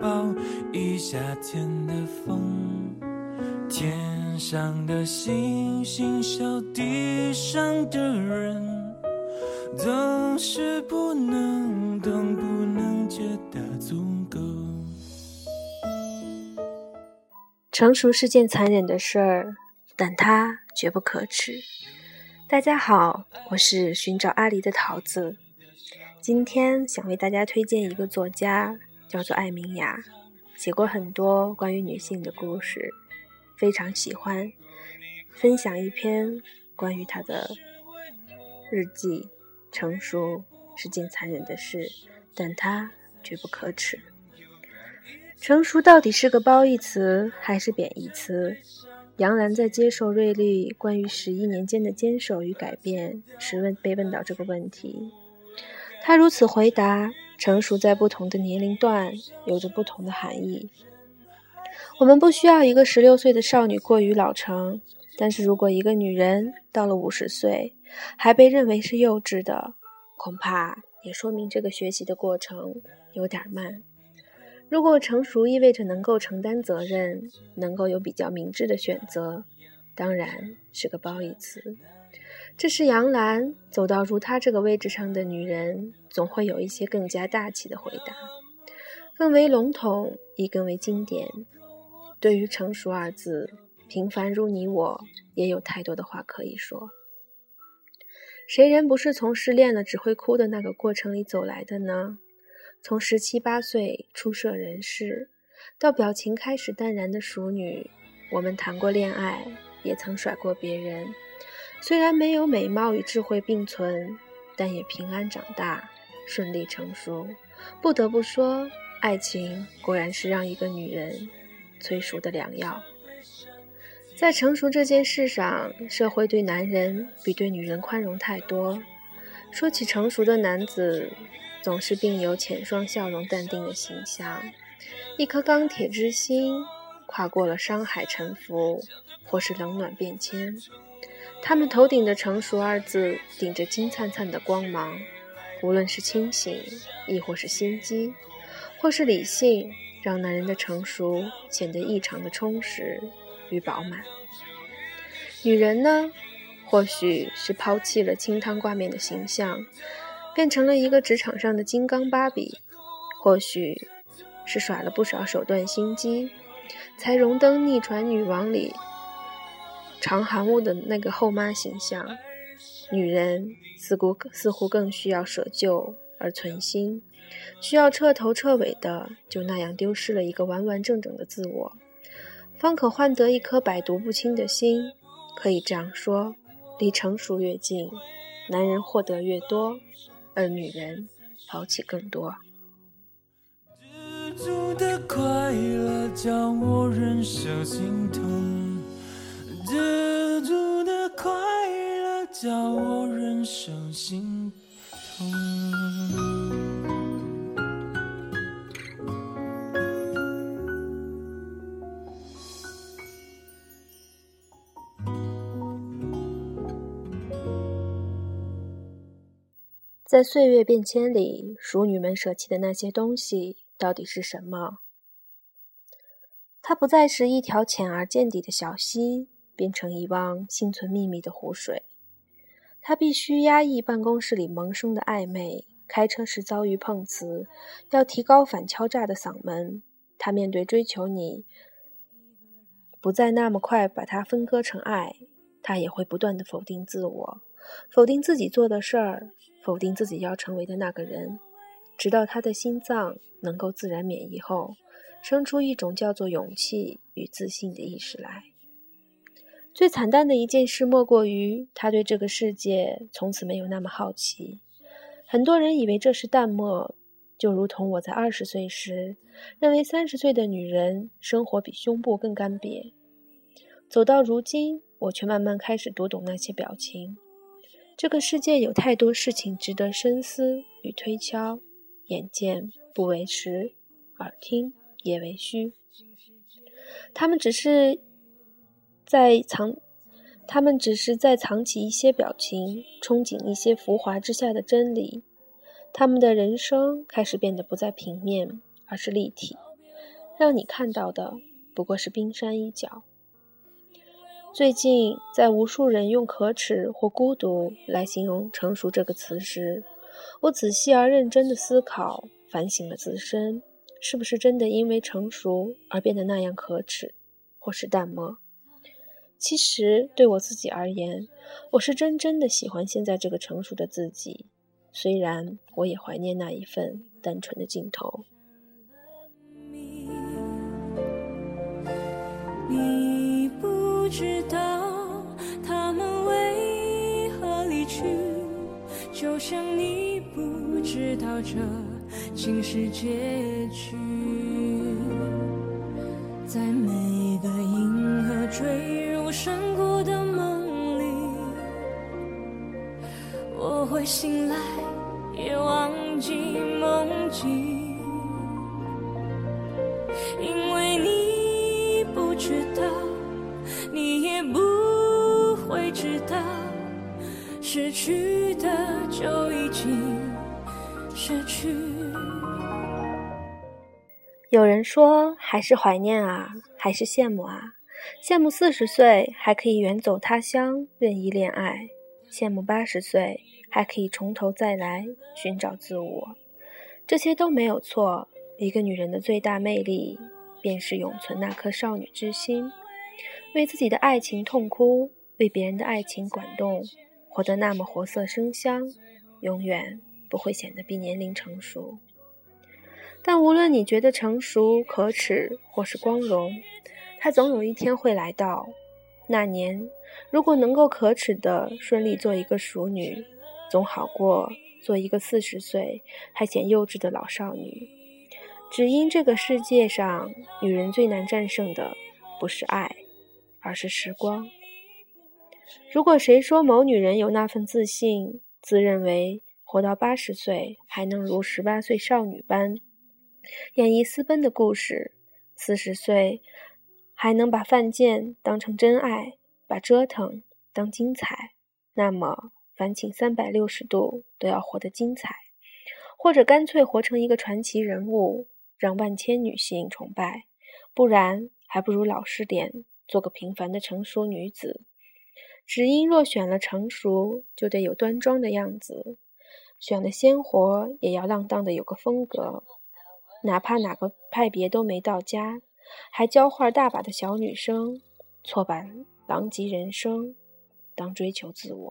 抱一夏天的风，天上的星星笑地上的人，总是不能懂，不能觉得足够。 成熟是件残忍的事儿，但它绝不可耻。大家好，我是寻找阿狸的桃子。今天想为大家推荐一个作家，叫做艾明雅，写过很多关于女性的故事，非常喜欢分享一篇关于她的日记。成熟是件残忍的事，但它绝不可耻。成熟到底是个褒义词还是贬义词？杨澜在接受瑞丽关于11年间的坚守与改变时被问到这个问题，他如此回答：成熟在不同的年龄段有着不同的含义。我们不需要一个16岁的少女过于老成，但是如果一个女人到了50岁还被认为是幼稚的，恐怕也说明这个学习的过程有点慢。如果成熟意味着能够承担责任，能够有比较明智的选择，当然是个褒义词。这是杨澜走到如她这个位置上的女人总会有一些更加大气的回答，更为笼统亦更为经典。对于成熟二字，平凡如你我也有太多的话可以说。谁人不是从失恋了只会哭的那个过程里走来的呢？从17、18岁初涉人世，到表情开始淡然的熟女，我们谈过恋爱，也曾甩过别人。虽然没有美貌与智慧并存，但也平安长大，顺利成熟。不得不说，爱情果然是让一个女人催熟的良药。在成熟这件事上，社会对男人比对女人宽容太多。说起成熟的男子，总是并有浅霜笑容淡定的形象，一颗钢铁之心，跨过了山海沉浮，或是冷暖变迁。他们头顶的成熟二字顶着金灿灿的光芒，无论是清醒亦或是心机，或是理性，让男人的成熟显得异常的充实与饱满。女人呢，或许是抛弃了清汤挂面的形象，变成了一个职场上的金刚芭比，或许是耍了不少手段心机，才荣登逆传女王里常含雾的那个后妈形象。女人似乎更需要舍旧而存新，需要彻头彻尾的就那样丢失了一个完完整整的自我，方可换得一颗百毒不侵的心。可以这样说，离成熟越近，男人获得越多，而女人抛弃更多。 知足的快乐叫我忍受心痛，知足的快乐叫我忍受心痛。 在岁月变迁里，熟女们舍弃的那些东西到底是什么？它不再是一条浅而见底的小溪，变成一汪心存秘密的湖水。它必须压抑办公室里萌生的暧昧，开车时遭遇碰瓷，要提高反敲诈的嗓门。它面对追求你，不再那么快把它分割成爱，它也会不断地否定自我，否定自己做的事儿，否定自己要成为的那个人，直到他的心脏能够自然免疫后，生出一种叫做勇气与自信的意识来。最惨淡的一件事莫过于他对这个世界从此没有那么好奇。很多人以为这是淡漠，就如同我在20岁时认为30岁的女人生活比胸部更干瘪。走到如今，我却慢慢开始读懂那些表情。这个世界有太多事情值得深思与推敲，眼见不为实，耳听也为虚。他们只是在藏起一些表情，憧憬一些浮华之下的真理。他们的人生开始变得不再平面，而是立体。 让你看到的不过是冰山一角。最近在无数人用可耻或孤独来形容成熟这个词时，我仔细而认真地思考，反省了自身，是不是真的因为成熟而变得那样可耻或是淡漠。其实对我自己而言，我是真正的喜欢现在这个成熟的自己，虽然我也怀念那一份单纯的镜头。 你不知道他们为何离去，就像你不知道这竟是结局。在每个银河坠入深谷的梦里，我会醒来也忘记梦境，因为你不知道，你也不会知道，失去的就已经失去。 有人说，还是怀念啊，还是羡慕啊，羡慕40岁还可以远走他乡任意恋爱，羡慕80岁还可以从头再来寻找自我。这些都没有错，一个女人的最大魅力便是永存那颗少女之心，为自己的爱情痛哭，为别人的爱情感动，活得那么活色生香，永远不会显得比年龄成熟。但无论你觉得成熟、可耻或是光荣，它总有一天会来到。那年，如果能够可耻地顺利做一个淑女，总好过做一个40岁还显幼稚的老少女。只因这个世界上，女人最难战胜的不是爱，而是时光。如果谁说某女人有那份自信，自认为活到80岁还能如18岁少女般演绎私奔的故事，40岁还能把犯贱当成真爱，把折腾当精彩，那么烦请360度都要活得精彩，或者干脆活成一个传奇人物，让万千女性崇拜，不然还不如老实点，做个平凡的成熟女子。只因若选了成熟，就得有端庄的样子，选了鲜活，也要浪荡的有个风格。哪怕哪个派别都没到家，还教坏大把的小女生，错把狼藉人生当追求自我。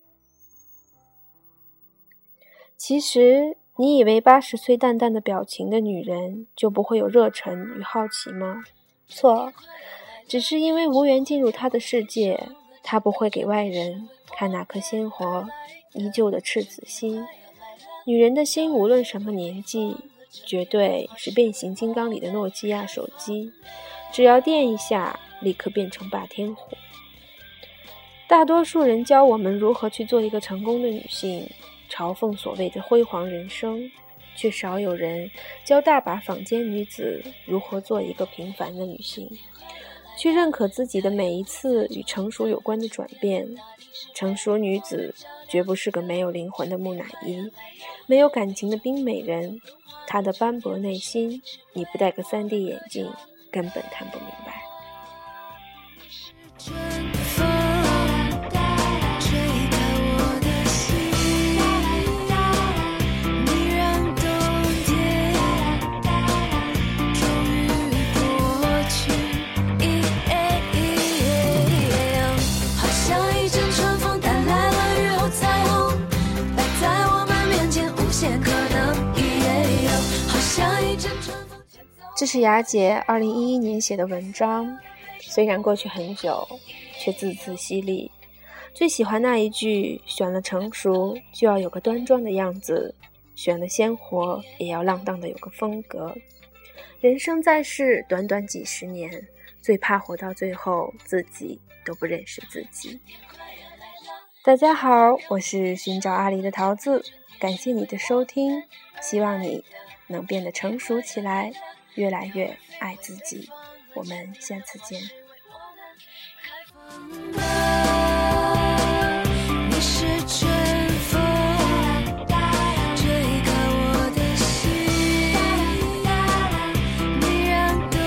其实你以为80岁淡淡的表情的女人就不会有热忱与好奇吗？错，只是因为无缘进入她的世界，她不会给外人看那颗鲜活依旧的赤子心。女人的心无论什么年纪，绝对是变形金刚里的诺基亚手机，只要电一下，立刻变成霸天虎。大多数人教我们如何去做一个成功的女性，嘲讽所谓的辉煌人生，却少有人教大把坊间女子如何做一个平凡的女性，去认可自己的每一次与成熟有关的转变。成熟女子绝不是个没有灵魂的木乃伊，没有感情的冰美人，她的斑驳内心，你不戴个3D 眼镜根本看不明白。这是雅姐2011年写的文章，虽然过去很久，却字字犀利。最喜欢那一句，选了成熟就要有个端庄的样子，选了鲜活也要浪荡的有个风格。人生在世短短几十年，最怕活到最后自己都不认识自己。大家好，我是寻找阿狸的桃子，感谢你的收听，希望你能变得成熟起来，越来越爱自己。我们下次见。 你是春风，吹开我的心，你让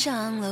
上